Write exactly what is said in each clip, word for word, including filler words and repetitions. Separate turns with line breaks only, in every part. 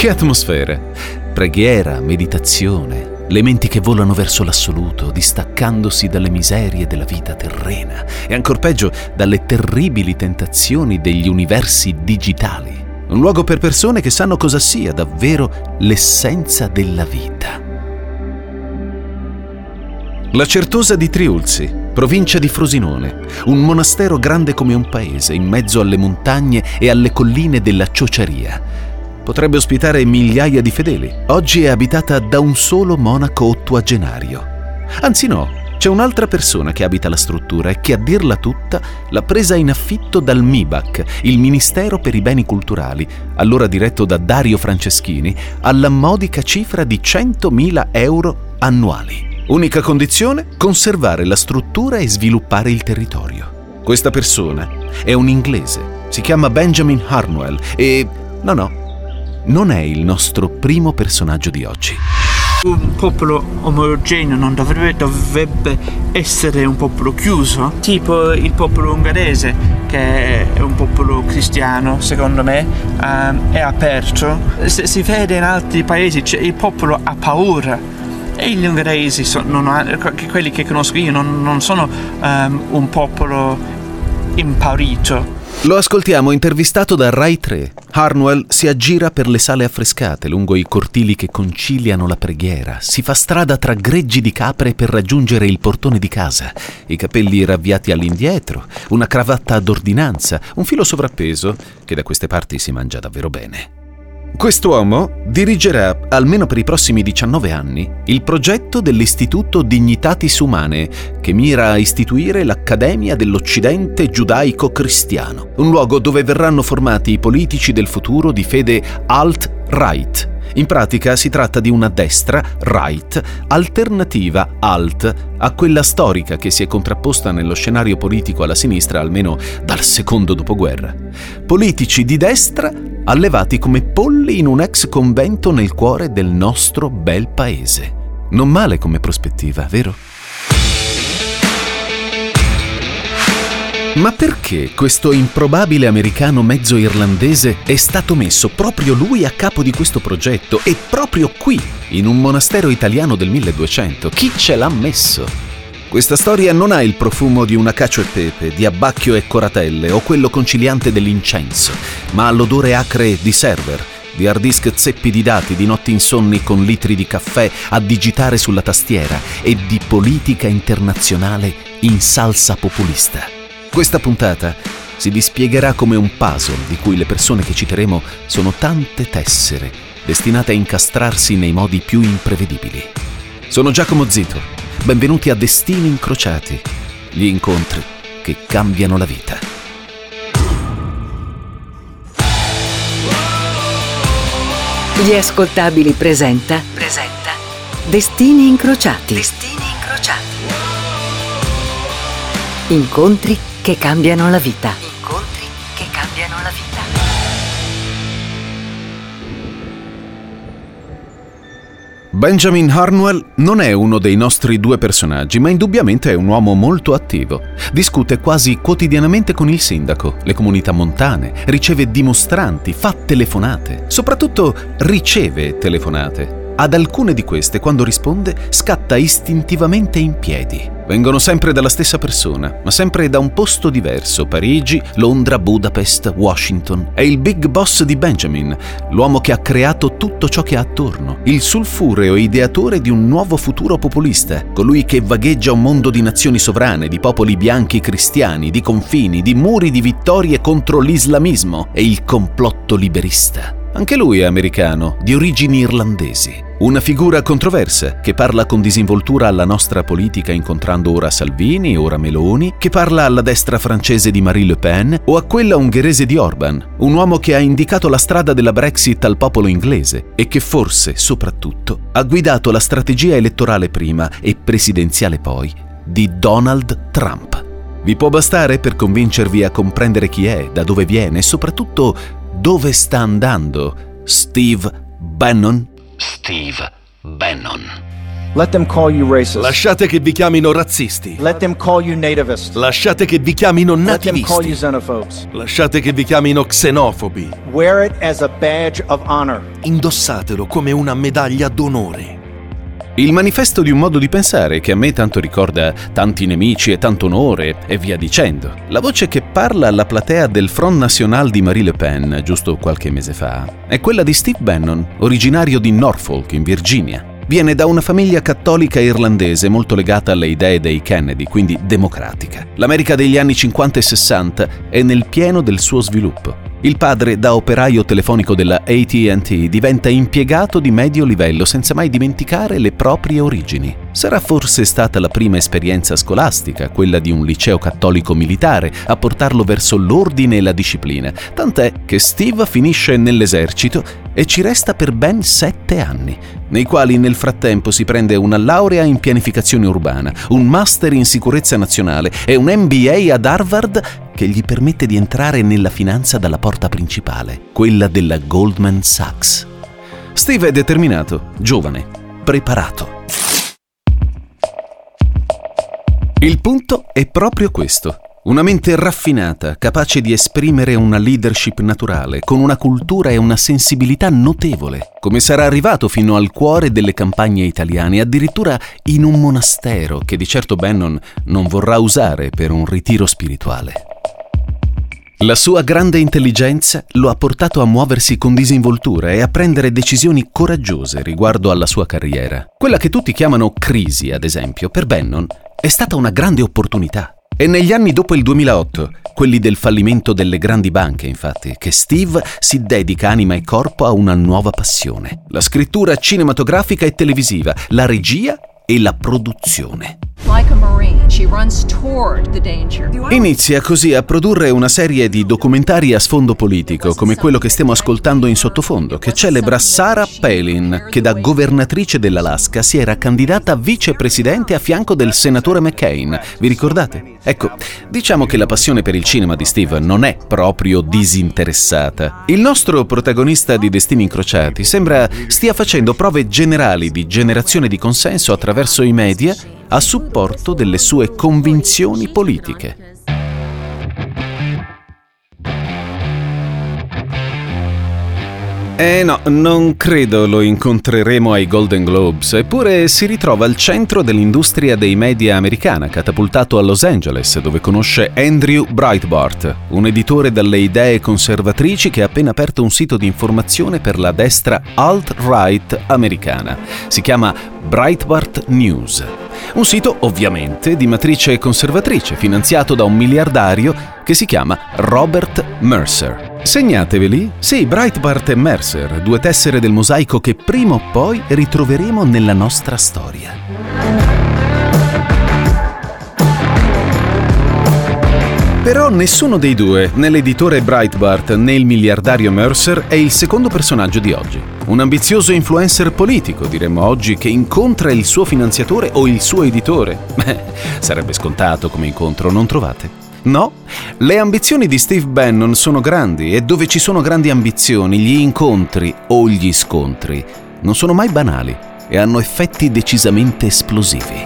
Che atmosfere! Preghiera, meditazione, le menti che volano verso l'assoluto, distaccandosi dalle miserie della vita terrena e ancor peggio dalle terribili tentazioni degli universi digitali. Un luogo per persone che sanno cosa sia davvero l'essenza della vita. La Certosa di Triulzi, provincia di Frosinone, un monastero grande come un paese, in mezzo alle montagne e alle colline della Ciociaria. Potrebbe ospitare migliaia di fedeli. Oggi è abitata da un solo monaco ottuagenario. Anzi no, c'è un'altra persona che abita la struttura e che, a dirla tutta, l'ha presa in affitto dal M I B A C, il Ministero per i Beni Culturali, allora diretto da Dario Franceschini, alla modica cifra di centomila euro annuali. Unica condizione? Conservare la struttura e sviluppare il territorio. Questa persona è un inglese, si chiama Benjamin Harnwell e... no no, non è il nostro primo personaggio di oggi.
Un popolo omogeneo non dovrebbe, dovrebbe essere un popolo chiuso, tipo il popolo ungherese, che è un popolo cristiano, secondo me, um, è aperto. Se si vede in altri paesi, cioè, il popolo ha paura. E gli ungheresi, sono, non, quelli che conosco io, non, non sono um, un popolo impaurito.
Lo ascoltiamo intervistato da Rai tre. Harnwell si aggira per le sale affrescate lungo i cortili che conciliano la preghiera, si fa strada tra greggi di capre per raggiungere il portone di casa, i capelli ravviati all'indietro, una cravatta ad ordinanza, un filo sovrappeso che da queste parti si mangia davvero bene. Quest'uomo dirigerà, almeno per i prossimi diciannove anni, il progetto dell'Istituto Dignitatis Humanae, che mira a istituire l'Accademia dell'Occidente Giudaico-Cristiano, un luogo dove verranno formati i politici del futuro di fede alt-right. In pratica si tratta di una destra, right, alternativa, alt, a quella storica che si è contrapposta nello scenario politico alla sinistra almeno dal secondo dopoguerra. Politici di destra allevati come polli in un ex convento nel cuore del nostro bel paese. Non male come prospettiva, vero? Ma perché questo improbabile americano mezzo irlandese è stato messo proprio lui a capo di questo progetto e proprio qui, in un monastero italiano del milleduecento? Chi ce l'ha messo? Questa storia non ha il profumo di una cacio e pepe, di abbacchio e coratelle o quello conciliante dell'incenso, ma ha l'odore acre di server, di hard disk zeppi di dati, di notti insonni con litri di caffè a digitare sulla tastiera e di politica internazionale in salsa populista. Questa puntata si dispiegherà come un puzzle di cui le persone che citeremo sono tante tessere destinate a incastrarsi nei modi più imprevedibili. Sono Giacomo Zito, benvenuti a Destini Incrociati, gli incontri che cambiano la vita.
Gli Ascoltabili presenta presenta Destini Incrociati. Destini Incrociati. Incontri che cambiano la vita. Incontri che cambiano la vita.
Benjamin Harnwell non è uno dei nostri due personaggi, ma indubbiamente è un uomo molto attivo. Discute quasi quotidianamente con il sindaco, le comunità montane, riceve dimostranti, fa telefonate, soprattutto riceve telefonate. Ad alcune di queste, quando risponde, scatta istintivamente in piedi. Vengono sempre dalla stessa persona, ma sempre da un posto diverso: Parigi, Londra, Budapest, Washington. È il big boss di Benjamin, l'uomo che ha creato tutto ciò che ha attorno, il sulfureo ideatore di un nuovo futuro populista, colui che vagheggia un mondo di nazioni sovrane, di popoli bianchi cristiani, di confini, di muri di vittorie contro l'islamismo e il complotto liberista. Anche lui è americano, di origini irlandesi. Una figura controversa, che parla con disinvoltura alla nostra politica incontrando ora Salvini, ora Meloni, che parla alla destra francese di Marine Le Pen o a quella ungherese di Orban. Un uomo che ha indicato la strada della Brexit al popolo inglese e che forse, soprattutto, ha guidato la strategia elettorale prima e presidenziale poi di Donald Trump. Vi può bastare per convincervi a comprendere chi è, da dove viene e soprattutto dove sta andando Steve Bannon?
Steve Bannon. Let them call you racist.
Lasciate che vi chiamino razzisti.
Let them call you nativist.
Lasciate che vi chiamino
Let them call you
nativisti.
xenophobes.
Lasciate che vi chiamino xenofobi.
Wear it as a badge of honor.
Indossatelo come una medaglia d'onore.
Il manifesto di un modo di pensare che a me tanto ricorda tanti nemici e tanto onore e via dicendo. La voce che parla alla platea del Front National di Marie Le Pen, giusto qualche mese fa, è quella di Steve Bannon, originario di Norfolk, in Virginia. Viene da una famiglia cattolica irlandese molto legata alle idee dei Kennedy, quindi democratica. L'America degli anni cinquanta e sessanta è nel pieno del suo sviluppo. Il padre, da operaio telefonico della A T and T, diventa impiegato di medio livello senza mai dimenticare le proprie origini. Sarà forse stata la prima esperienza scolastica, quella di un liceo cattolico militare, a portarlo verso l'ordine e la disciplina, tant'è che Steve finisce nell'esercito e ci resta per ben sette anni, nei quali nel frattempo si prende una laurea in pianificazione urbana, un master in sicurezza nazionale e un M B A ad Harvard che gli permette di entrare nella finanza dalla porta principale, quella della Goldman Sachs. Steve è determinato, giovane, preparato. Il punto è proprio questo. Una mente raffinata, capace di esprimere una leadership naturale, con una cultura e una sensibilità notevole, come sarà arrivato fino al cuore delle campagne italiane, addirittura in un monastero che di certo Bannon non vorrà usare per un ritiro spirituale. La sua grande intelligenza lo ha portato a muoversi con disinvoltura e a prendere decisioni coraggiose riguardo alla sua carriera. Quella che tutti chiamano crisi, ad esempio, per Bannon è stata una grande opportunità. È negli anni dopo il duemilaotto, quelli del fallimento delle grandi banche, infatti, che Steve si dedica anima e corpo a una nuova passione: la scrittura cinematografica e televisiva, la regia e la produzione.
Like a Marine, she runs toward the danger.
Inizia così a produrre una serie di documentari a sfondo politico, come quello che stiamo ascoltando in sottofondo, che celebra Sarah Palin, che da governatrice dell'Alaska si era candidata a vicepresidente a fianco del senatore McCain. Vi ricordate? Ecco, diciamo che la passione per il cinema di Steve non è proprio disinteressata. Il nostro protagonista di Destini Incrociati sembra stia facendo prove generali di generazione di consenso attraverso i media a supporto delle sue convinzioni politiche. Eh no, non credo lo incontreremo ai Golden Globes, eppure si ritrova al centro dell'industria dei media americana, catapultato a Los Angeles, dove conosce Andrew Breitbart, un editore dalle idee conservatrici che ha appena aperto un sito di informazione per la destra alt-right americana. Si chiama Breitbart News. Un sito, ovviamente, di matrice conservatrice, finanziato da un miliardario che si chiama Robert Mercer. Segnateveli? Sì, Breitbart e Mercer, due tessere del mosaico che prima o poi ritroveremo nella nostra storia. Però nessuno dei due, né l'editore Breitbart né il miliardario Mercer, è il secondo personaggio di oggi. Un ambizioso influencer politico, diremmo oggi, che incontra il suo finanziatore o il suo editore. Beh, sarebbe scontato come incontro, non trovate? No, le ambizioni di Steve Bannon sono grandi e dove ci sono grandi ambizioni, gli incontri o gli scontri non sono mai banali e hanno effetti decisamente esplosivi.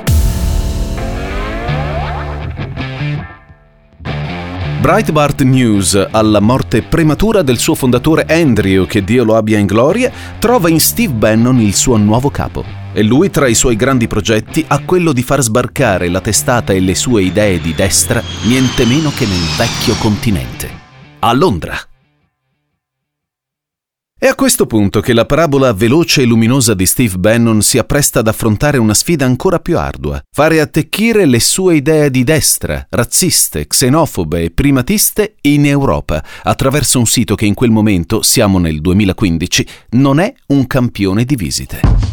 Breitbart News, alla morte prematura del suo fondatore Andrew, che Dio lo abbia in gloria, trova in Steve Bannon il suo nuovo capo. E lui, tra i suoi grandi progetti, ha quello di far sbarcare la testata e le sue idee di destra niente meno che nel vecchio continente, a Londra. È a questo punto che la parabola veloce e luminosa di Steve Bannon si appresta ad affrontare una sfida ancora più ardua: fare attecchire le sue idee di destra, razziste, xenofobe e primatiste in Europa, attraverso un sito che in quel momento, siamo nel duemilaquindici, non è un campione di visite.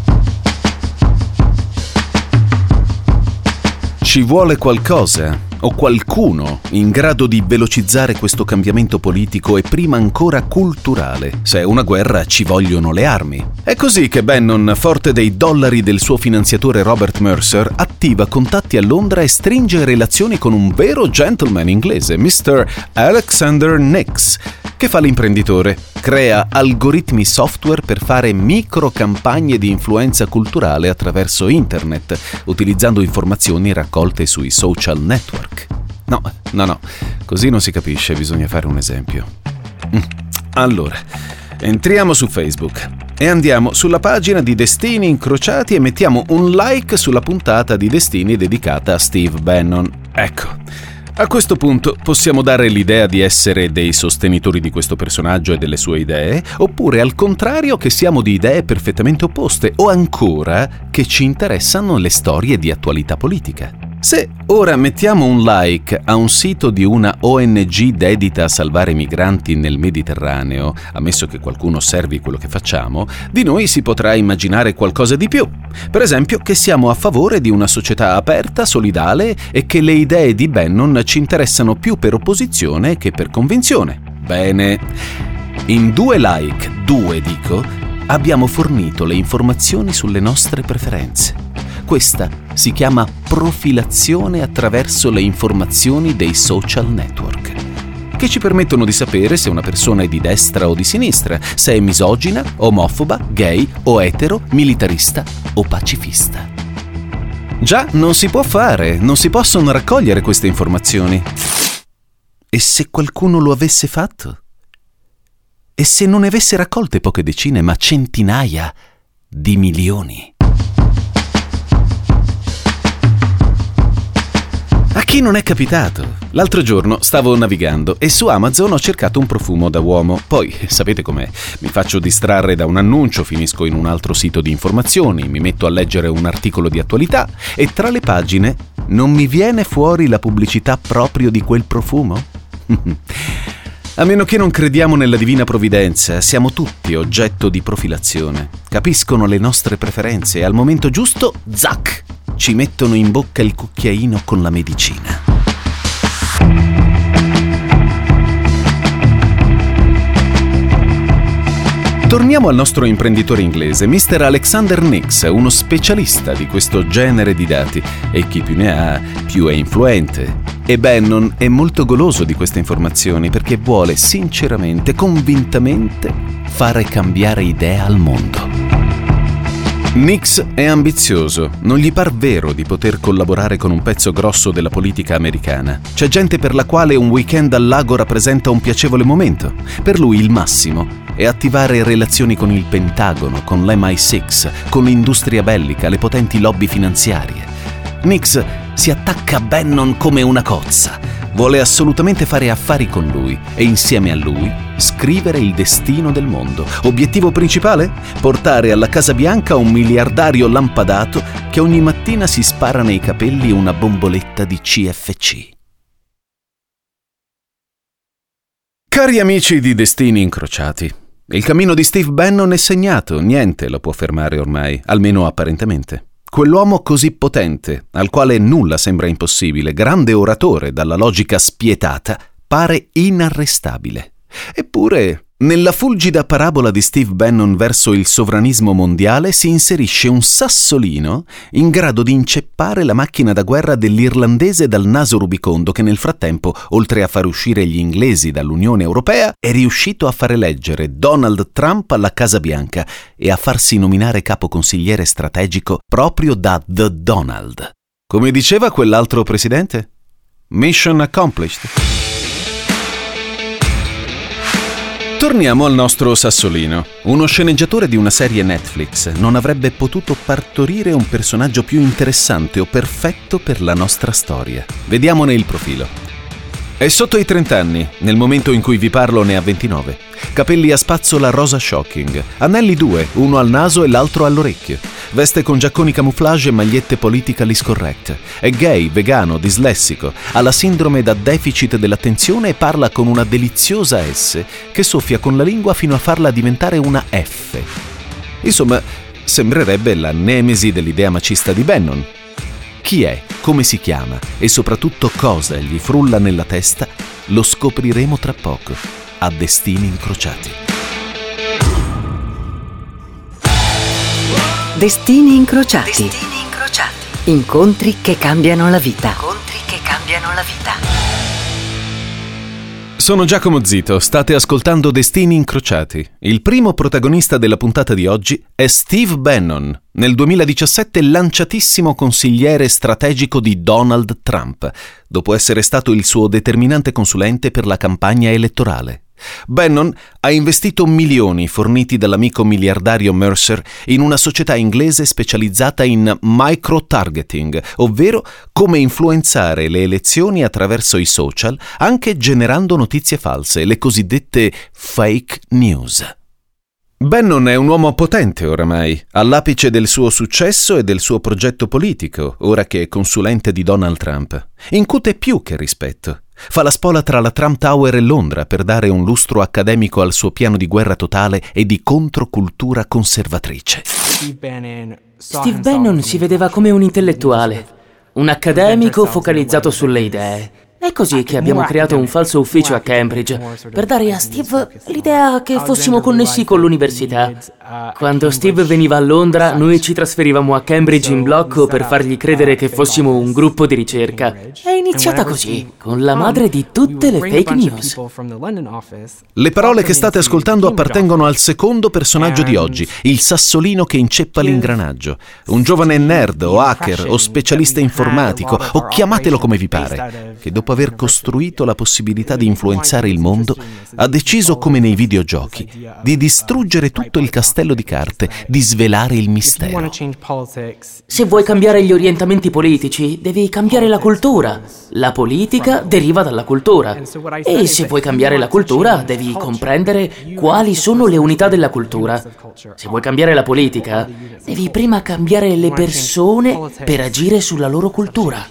Ci vuole qualcosa o qualcuno in grado di velocizzare questo cambiamento politico e prima ancora culturale. Se è una guerra ci vogliono le armi. È così che Bannon, forte dei dollari del suo finanziatore Robert Mercer, attiva contatti a Londra e stringe relazioni con un vero gentleman inglese, mister Alexander Nix, Che fa l'imprenditore? Crea algoritmi software per fare micro campagne di influenza culturale attraverso internet, utilizzando informazioni raccolte sui social network. No, no, no, così non si capisce, bisogna fare un esempio. Allora, entriamo su Facebook e andiamo sulla pagina di Destini Incrociati e mettiamo un like sulla puntata di Destini dedicata a Steve Bannon. Ecco. A questo punto possiamo dare l'idea di essere dei sostenitori di questo personaggio e delle sue idee, oppure al contrario che siamo di idee perfettamente opposte, o ancora che ci interessano le storie di attualità politica. Se ora mettiamo un like a un sito di una O N G dedita a salvare migranti nel Mediterraneo, ammesso che qualcuno osservi quello che facciamo, di noi si potrà immaginare qualcosa di più. Per esempio che siamo a favore di una società aperta, solidale e che le idee di Bannon ci interessano più per opposizione che per convinzione. Bene, in due like, due dico, abbiamo fornito le informazioni sulle nostre preferenze. Questa si chiama profilazione attraverso le informazioni dei social network, che ci permettono di sapere se una persona è di destra o di sinistra, se è misogina, omofoba, gay o etero, militarista o pacifista. Già, non si può fare, non si possono raccogliere queste informazioni. E se qualcuno lo avesse fatto? E se non ne avesse raccolte poche decine, ma centinaia di milioni? A chi non è capitato? L'altro giorno stavo navigando e su Amazon ho cercato un profumo da uomo. Poi, sapete com'è? Mi faccio distrarre da un annuncio, finisco in un altro sito di informazioni, mi metto a leggere un articolo di attualità e tra le pagine non mi viene fuori la pubblicità proprio di quel profumo? A meno che non crediamo nella divina provvidenza, siamo tutti oggetto di profilazione. Capiscono le nostre preferenze e al momento giusto, zac! Ci mettono in bocca il cucchiaino con la medicina. Torniamo al nostro imprenditore inglese, mister Alexander Nix, uno specialista di questo genere di dati, e chi più ne ha, più è influente. E Bannon è molto goloso di queste informazioni perché vuole sinceramente, convintamente, fare cambiare idea al mondo. Nix è ambizioso, non gli par vero di poter collaborare con un pezzo grosso della politica americana. C'è gente per la quale un weekend al lago rappresenta un piacevole momento. Per lui il massimo è attivare relazioni con il Pentagono, con l'M I sei, con l'industria bellica, le potenti lobby finanziarie. Nix si attacca a Bannon come una cozza. Vuole assolutamente fare affari con lui e insieme a lui scrivere il destino del mondo. Obiettivo principale? Portare alla Casa Bianca un miliardario lampadato che ogni mattina si spara nei capelli una bomboletta di C F C. Cari amici di Destini Incrociati, il cammino di Steve Bannon è segnato, niente lo può fermare ormai, almeno apparentemente. Quell'uomo così potente, al quale nulla sembra impossibile, grande oratore dalla logica spietata, pare inarrestabile. Eppure, nella fulgida parabola di Steve Bannon verso il sovranismo mondiale si inserisce un sassolino in grado di inceppare la macchina da guerra dell'irlandese dal naso rubicondo che nel frattempo, oltre a far uscire gli inglesi dall'Unione Europea, è riuscito a far eleggere Donald Trump alla Casa Bianca e a farsi nominare capo consigliere strategico proprio da The Donald. Come diceva quell'altro presidente? Mission accomplished. Torniamo al nostro Sassolino. Uno sceneggiatore di una serie Netflix non avrebbe potuto partorire un personaggio più interessante o perfetto per la nostra storia. Vediamone il profilo. È sotto i trenta anni, nel momento in cui vi parlo ne ha ventinove. Capelli a spazzola rosa shocking, anelli due, uno al naso e l'altro all'orecchio. Veste con giacconi camouflage e magliette politically correct. È gay, vegano, dislessico, ha la sindrome da deficit dell'attenzione e parla con una deliziosa S che soffia con la lingua fino a farla diventare una F. Insomma, sembrerebbe la nemesi dell'idea macista di Bannon. Chi è, come si chiama e soprattutto cosa gli frulla nella testa lo scopriremo tra poco a Destini Incrociati.
Destini Incrociati. Destini Incrociati. Incontri che cambiano la vita. Incontri che cambiano la vita.
Sono Giacomo Zito, state ascoltando Destini Incrociati. Il primo protagonista della puntata di oggi è Steve Bannon, nel duemiladiciassette lanciatissimo consigliere strategico di Donald Trump, dopo essere stato il suo determinante consulente per la campagna elettorale. Bannon ha investito milioni forniti dall'amico miliardario Mercer in una società inglese specializzata in micro-targeting, ovvero come influenzare le elezioni attraverso i social, anche generando notizie false, le cosiddette fake news. Bannon è un uomo potente oramai, all'apice del suo successo e del suo progetto politico, ora che è consulente di Donald Trump. Incute più che rispetto. Fa la spola tra la Trump Tower e Londra per dare un lustro accademico al suo piano di guerra totale e di controcultura conservatrice.
Steve Bannon si vedeva come un intellettuale, un accademico focalizzato sulle idee. È così che abbiamo creato un falso ufficio a Cambridge, per dare a Steve l'idea che fossimo connessi con l'università. Quando Steve veniva a Londra, noi ci trasferivamo a Cambridge in blocco per fargli credere che fossimo un gruppo di ricerca. È iniziata così, con la madre di tutte le fake news.
Le parole che state ascoltando appartengono al secondo personaggio di oggi, il sassolino che inceppa l'ingranaggio. Un giovane nerd o hacker o specialista informatico, o chiamatelo come vi pare, che dopo aver costruito la possibilità di influenzare il mondo, ha deciso, come nei videogiochi, di distruggere tutto il castello di carte, di svelare il mistero.
Se vuoi cambiare gli orientamenti politici, devi cambiare la cultura. La politica deriva dalla cultura. E se vuoi cambiare la cultura, devi comprendere quali sono le unità della cultura. Se vuoi cambiare la politica, devi prima cambiare le persone per agire sulla loro cultura.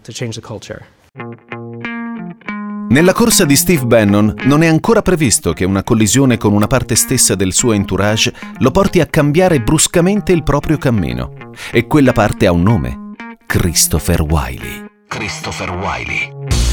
Nella corsa di Steve Bannon non è ancora previsto che una collisione con una parte stessa del suo entourage lo porti a cambiare bruscamente il proprio cammino. E quella parte ha un nome: Christopher Wylie. Christopher Wylie.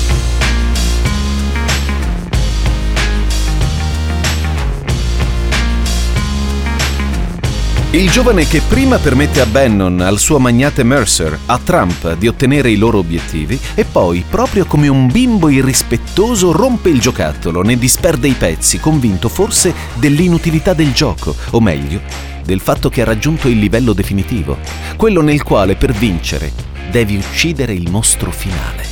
Il giovane che prima permette a Bannon, al suo magnate Mercer, a Trump di ottenere i loro obiettivi e poi, proprio come un bimbo irrispettoso, rompe il giocattolo, ne disperde i pezzi, convinto forse dell'inutilità del gioco, o meglio, del fatto che ha raggiunto il livello definitivo, quello nel quale per vincere devi uccidere il mostro finale.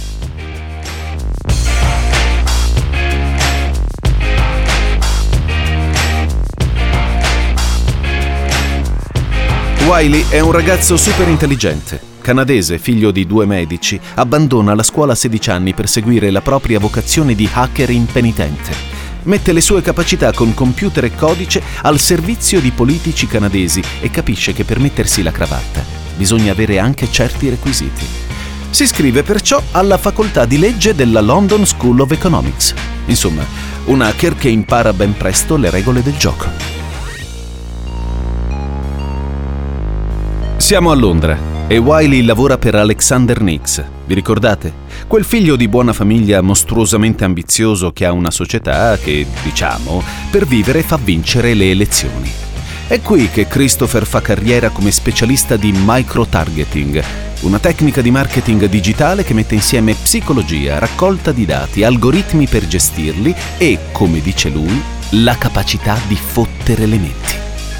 Wylie è un ragazzo super intelligente, canadese, figlio di due medici, abbandona la scuola a sedici anni per seguire la propria vocazione di hacker impenitente. Mette le sue capacità con computer e codice al servizio di politici canadesi e capisce che per mettersi la cravatta bisogna avere anche certi requisiti. Si iscrive perciò alla facoltà di legge della London School of Economics. Insomma, un hacker che impara ben presto le regole del gioco. Siamo a Londra e Wylie lavora per Alexander Nix. Vi ricordate? Quel figlio di buona famiglia mostruosamente ambizioso che ha una società che, diciamo, per vivere fa vincere le elezioni. È qui che Christopher fa carriera come specialista di micro-targeting, una tecnica di marketing digitale che mette insieme psicologia, raccolta di dati, algoritmi per gestirli e, come dice lui, la capacità di fottere le menti.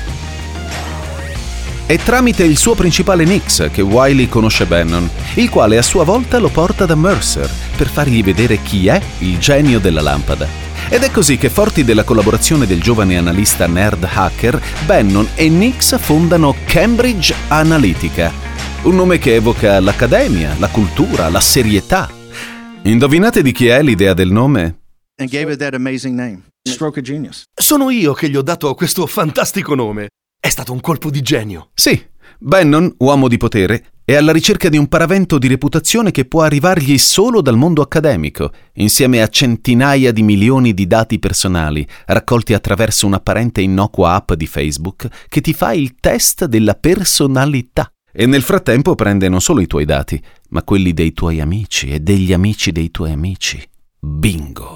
È tramite il suo principale Nix che Wylie conosce Bannon, il quale a sua volta lo porta da Mercer per fargli vedere chi è il genio della lampada. Ed è così che, forti della collaborazione del giovane analista nerd hacker, Bannon e Nix fondano Cambridge Analytica, un nome che evoca l'accademia, la cultura, la serietà. Indovinate di chi è l'idea del nome?
And gave it that amazing name. Stroke of genius.
Sono io che gli ho dato questo fantastico nome. È stato un colpo di genio.
Sì, Bannon, uomo di potere, è alla ricerca di un paravento di reputazione che può arrivargli solo dal mondo accademico, insieme a centinaia di milioni di dati personali raccolti attraverso un'apparente innocua app di Facebook che ti fa il test della personalità. E nel frattempo prende non solo i tuoi dati, ma quelli dei tuoi amici e degli amici dei tuoi amici. Bingo!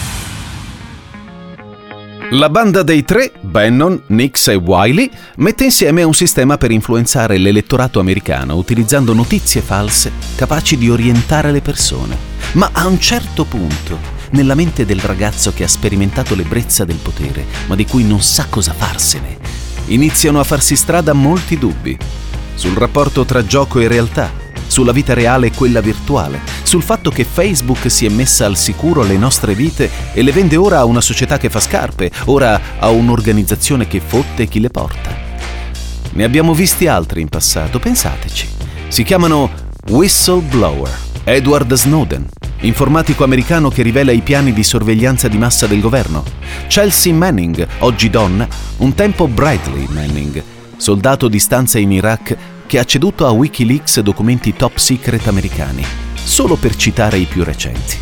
La banda dei tre, Bannon, Nix e Wylie, mette insieme un sistema per influenzare l'elettorato americano utilizzando notizie false capaci di orientare le persone. Ma a un certo punto nella mente del ragazzo che ha sperimentato l'ebbrezza del potere, ma di cui non sa cosa farsene. Iniziano a farsi strada molti dubbi sul rapporto tra gioco e realtà, sulla vita reale e quella virtuale, sul fatto che Facebook si è messa al sicuro le nostre vite e le vende ora a una società che fa scarpe, ora a un'organizzazione che fotte chi le porta. Ne abbiamo visti altri in passato, pensateci. Si chiamano whistleblower. Edward Snowden, informatico americano che rivela i piani di sorveglianza di massa del governo. Chelsea Manning, oggi donna, un tempo Bradley Manning, soldato di stanza in Iraq che ha ceduto a Wikileaks documenti top secret americani, solo per citare i più recenti.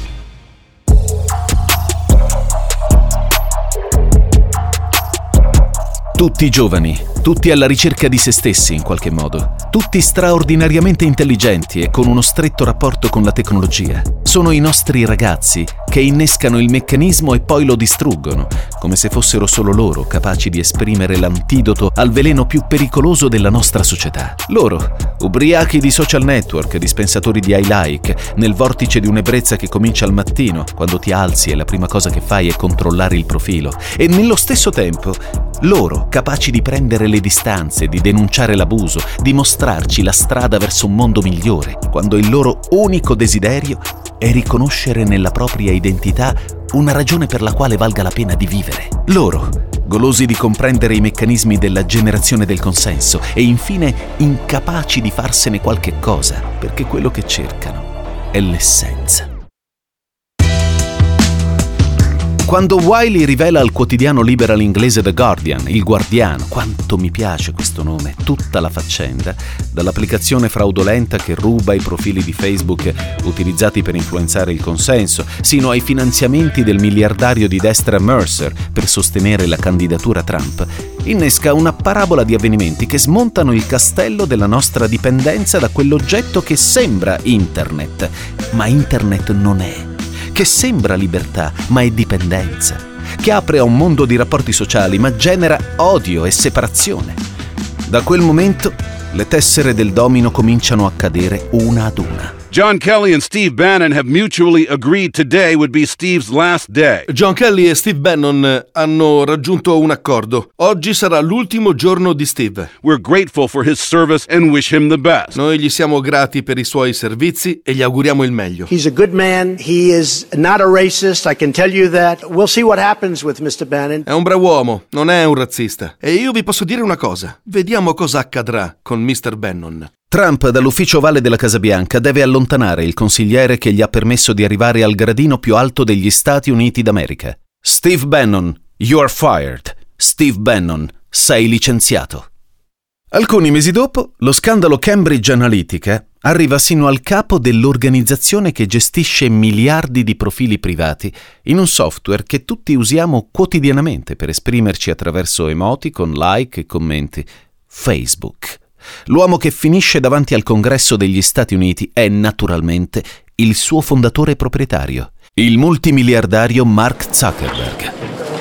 Tutti giovani, tutti alla ricerca di se stessi in qualche modo, tutti straordinariamente intelligenti e con uno stretto rapporto con la tecnologia. Sono i nostri ragazzi che innescano il meccanismo e poi lo distruggono, come se fossero solo loro capaci di esprimere l'antidoto al veleno più pericoloso della nostra società. Loro, ubriachi di social network, dispensatori di I like, nel vortice di un'ebbrezza che comincia al mattino, quando ti alzi e la prima cosa che fai è controllare il profilo, e nello stesso tempo loro, capaci di prendere le distanze, di denunciare l'abuso, di mostrarci la strada verso un mondo migliore, quando il loro unico desiderio è riconoscere nella propria identità una ragione per la quale valga la pena di vivere. Loro, golosi di comprendere i meccanismi della generazione del consenso e infine incapaci di farsene qualche cosa, perché quello che cercano è l'essenza. Quando Wiley rivela al quotidiano liberal inglese The Guardian, il Guardiano, quanto mi piace questo nome, tutta la faccenda, dall'applicazione fraudolenta che ruba i profili di Facebook utilizzati per influenzare il consenso, sino ai finanziamenti del miliardario di destra Mercer per sostenere la candidatura Trump, innesca una parabola di avvenimenti che smontano il castello della nostra dipendenza da quell'oggetto che sembra Internet, ma Internet non è, che sembra libertà, ma è dipendenza, che apre a un mondo di rapporti sociali, ma genera odio e separazione. Da quel momento, le tessere del domino cominciano a cadere una ad una.
John Kelly and Steve Bannon have mutually agreed today would be Steve's last day.
John Kelly e Steve Bannon hanno raggiunto un accordo. Oggi sarà l'ultimo giorno di Steve.
We're grateful for his service and wish him the best.
Noi gli siamo grati per i suoi servizi e gli auguriamo il meglio.
He's a good man. He is not a racist. I can tell you that. We'll see what happens with mister Bannon.
È un bravo uomo, non è un razzista. E io vi posso dire una cosa. Vediamo cosa accadrà con mister Bannon.
Trump, dall'ufficio ovale della Casa Bianca, deve allontanare il consigliere che gli ha permesso di arrivare al gradino più alto degli Stati Uniti d'America. Steve Bannon, you're fired. Steve Bannon, sei licenziato. Alcuni mesi dopo, lo scandalo Cambridge Analytica arriva sino al capo dell'organizzazione che gestisce miliardi di profili privati in un software che tutti usiamo quotidianamente per esprimerci attraverso emoticon, like e commenti. Facebook. L'uomo che finisce davanti al Congresso degli Stati Uniti è naturalmente il suo fondatore proprietario, il multimiliardario Mark Zuckerberg.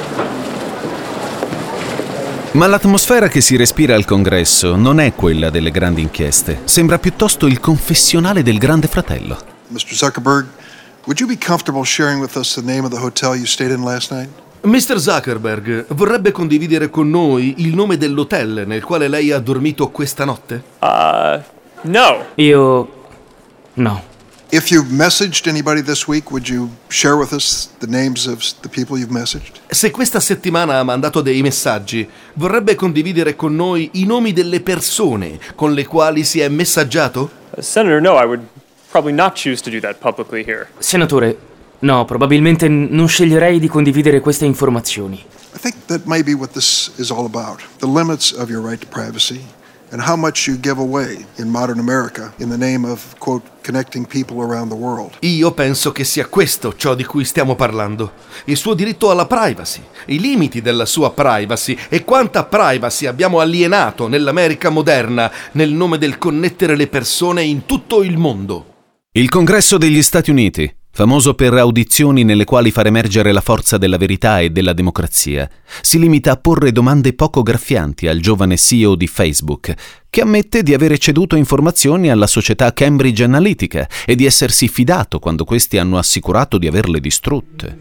Ma l'atmosfera che si respira al Congresso non è quella delle grandi inchieste, sembra piuttosto il confessionale del Grande Fratello.
mister Zuckerberg, would you be comfortable sharing with us the name of the hotel you stayed in last night?
mister Zuckerberg vorrebbe condividere con noi il nome dell'hotel nel quale lei ha dormito questa notte?
Uh, no.
Io... no.
If you've messaged anybody this week, would you share with us the names of the people you've messaged?
Se questa settimana ha mandato dei messaggi, vorrebbe condividere con noi i nomi delle persone con le quali si è messaggiato?
Uh, Senator, no, I would probably not choose to do that publicly here.
Senatore, no, probabilmente non sceglierei di condividere queste informazioni.
I think that may be what this is all about. The limits of your right to privacy and how much you give away in modern America in the name of, quote, connecting people around the world.
Io penso che sia questo ciò di cui stiamo parlando. Il suo diritto alla privacy, i limiti della sua privacy e quanta privacy abbiamo alienato nell'America moderna nel nome del connettere le persone in tutto il mondo.
Il Congresso degli Stati Uniti, famoso per audizioni nelle quali far emergere la forza della verità e della democrazia, si limita a porre domande poco graffianti al giovane C E O di Facebook, che ammette di avere ceduto informazioni alla società Cambridge Analytica e di essersi fidato quando questi hanno assicurato di averle distrutte.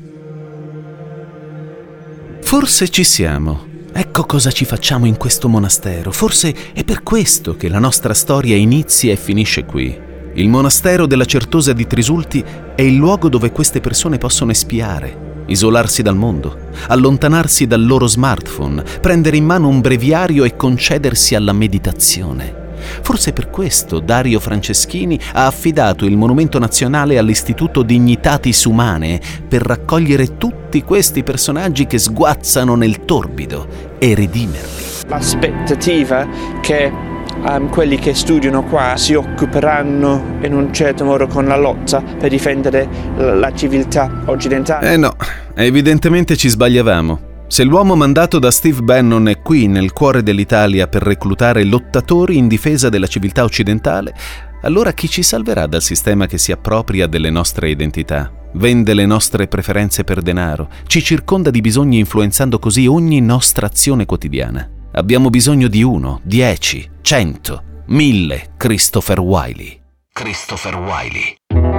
Forse ci siamo. Ecco cosa ci facciamo in questo monastero. Forse è per questo che la nostra storia inizia e finisce qui. Il monastero della Certosa di Trisulti è il luogo dove queste persone possono espiare, isolarsi dal mondo, allontanarsi dal loro smartphone, prendere in mano un breviario e concedersi alla meditazione. Forse per questo Dario Franceschini ha affidato il Monumento Nazionale all'Istituto Dignitatis Humanae per raccogliere tutti questi personaggi che sguazzano nel torbido e redimerli.
L'aspettativa che Um, quelli che studiano qua si occuperanno in un certo modo con la lotta per difendere la, la civiltà occidentale.
Eh no, evidentemente ci sbagliavamo. Se l'uomo mandato da Steve Bannon è qui nel cuore dell'Italia per reclutare lottatori in difesa della civiltà occidentale, allora chi ci salverà dal sistema che si appropria delle nostre identità, vende le nostre preferenze per denaro, ci circonda di bisogni influenzando così ogni nostra azione quotidiana? Abbiamo bisogno di uno, dieci, cento, mille Christopher Wylie. Christopher Wylie.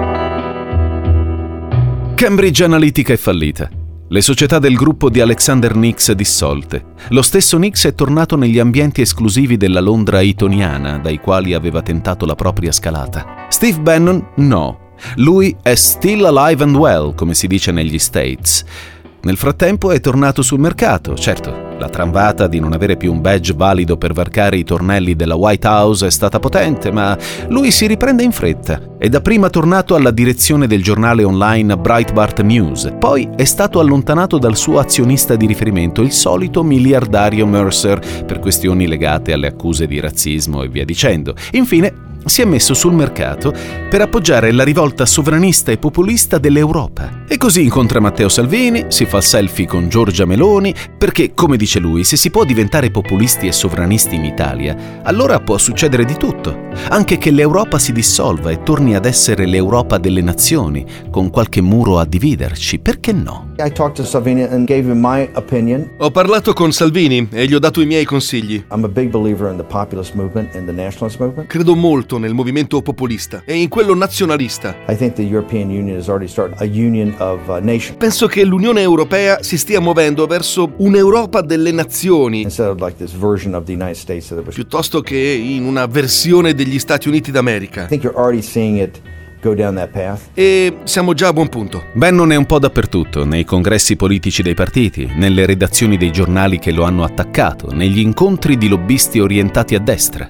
Cambridge Analytica è fallita. Le società del gruppo di Alexander Nix dissolte. Lo stesso Nix è tornato negli ambienti esclusivi della Londra etoniana, dai quali aveva tentato la propria scalata. Steve Bannon no. Lui è still alive and well, come si dice negli States. Nel frattempo è tornato sul mercato, certo. La tramvata di non avere più un badge valido per varcare i tornelli della White House è stata potente, ma lui si riprende in fretta. È dapprima tornato alla direzione del giornale online Breitbart News, poi è stato allontanato dal suo azionista di riferimento, il solito miliardario Mercer, per questioni legate alle accuse di razzismo e via dicendo. Infine si è messo sul mercato per appoggiare la rivolta sovranista e populista dell'Europa. E così incontra Matteo Salvini, si fa selfie con Giorgia Meloni, perché, come dice lui, se si può diventare populisti e sovranisti in Italia, allora può succedere di tutto. Anche che l'Europa si dissolva e torni ad essere l'Europa delle nazioni, con qualche muro a dividerci, perché no?
I talked to Salvini and gave him my opinion.
Ho parlato con Salvini e gli ho dato i miei consigli.
I'm a big believer in the populist movement and the nationalist movement.
Credo molto nel movimento populista e in quello nazionalista.
I think the European Union has already started a union of uh, nations.
Penso che l'Unione Europea si stia muovendo verso un'Europa delle nazioni,
instead of like this version of the United States that was...
piuttosto che in una versione degli Stati Uniti d'America.
I think you're already seeing it go down that path.
E siamo già a buon punto.
Bannon è un po' dappertutto, nei congressi politici dei partiti, nelle redazioni dei giornali che lo hanno attaccato, negli incontri di lobbisti orientati a destra.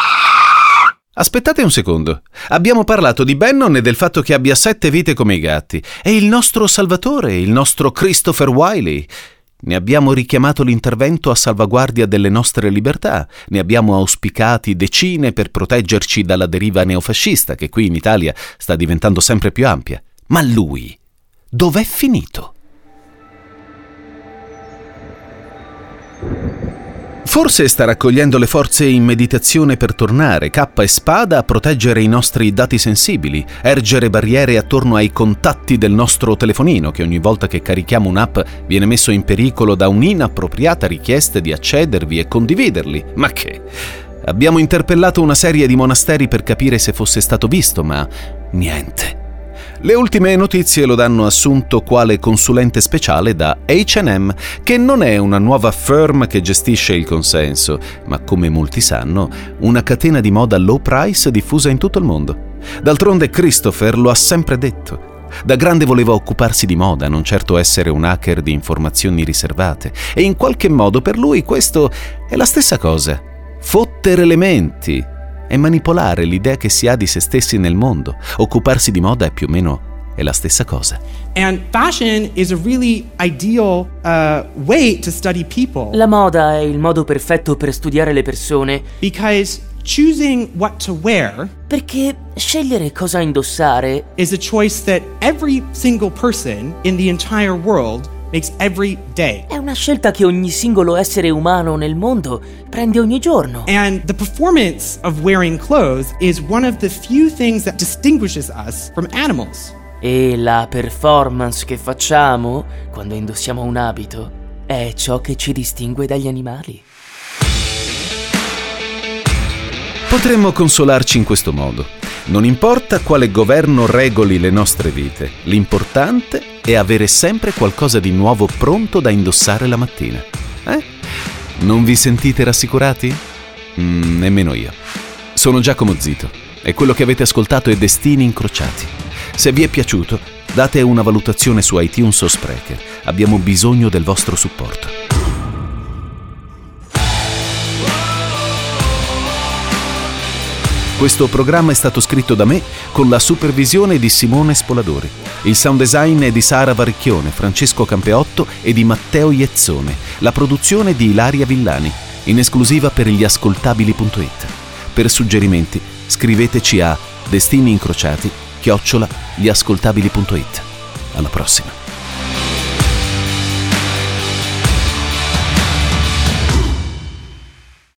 Aspettate un secondo. Abbiamo parlato di Bannon e del fatto che abbia sette vite come i gatti. È il nostro salvatore, il nostro Christopher Wylie. Ne abbiamo richiamato l'intervento a salvaguardia delle nostre libertà. Ne abbiamo auspicati decine per proteggerci dalla deriva neofascista che qui in Italia sta diventando sempre più ampia. Ma lui, dov'è finito? Forse sta raccogliendo le forze in meditazione per tornare, cappa e spada, a proteggere i nostri dati sensibili, ergere barriere attorno ai contatti del nostro telefonino, che ogni volta che carichiamo un'app viene messo in pericolo da un'inappropriata richiesta di accedervi e condividerli. Ma che? Abbiamo interpellato una serie di monasteri per capire se fosse stato visto, ma niente. Le ultime notizie lo danno assunto quale consulente speciale da acca e emme, che non è una nuova firm che gestisce il consenso, ma come molti sanno, una catena di moda low price diffusa in tutto il mondo. D'altronde Christopher lo ha sempre detto. Da grande voleva occuparsi di moda, non certo essere un hacker di informazioni riservate, e in qualche modo per lui questo è la stessa cosa. Fottere le menti e manipolare l'idea che si ha di se stessi nel mondo. Occuparsi di moda è più o meno è la stessa cosa.
And fashion is a really ideal uh, way to study people.
La moda è il modo perfetto per studiare le persone.
Because choosing what to wear,
perché scegliere cosa indossare,
is a choice that every single person in the entire world makes every day.
È una scelta che ogni singolo essere umano nel mondo prende ogni giorno.
And the performance of wearing clothes is one of the few things that distinguishes us from animals.
E la performance che facciamo quando indossiamo un abito è ciò che ci distingue dagli animali.
Potremmo consolarci in questo modo. Non importa quale governo regoli le nostre vite, l'importante è avere sempre qualcosa di nuovo pronto da indossare la mattina. Eh? Non vi sentite rassicurati? Mm, nemmeno io. Sono Giacomo Zito e quello che avete ascoltato è Destini Incrociati. Se vi è piaciuto, date una valutazione su iTunes o Spreaker. Abbiamo bisogno del vostro supporto. Questo programma è stato scritto da me con la supervisione di Simone Spoladori. Il sound design è di Sara Varicchione, Francesco Campeotto e di Matteo Iezzone. La produzione di Ilaria Villani, in esclusiva per gli ascoltabili punto it. Per suggerimenti scriveteci a destiniincrociati chiocciola gliascoltabili punto it. Alla prossima.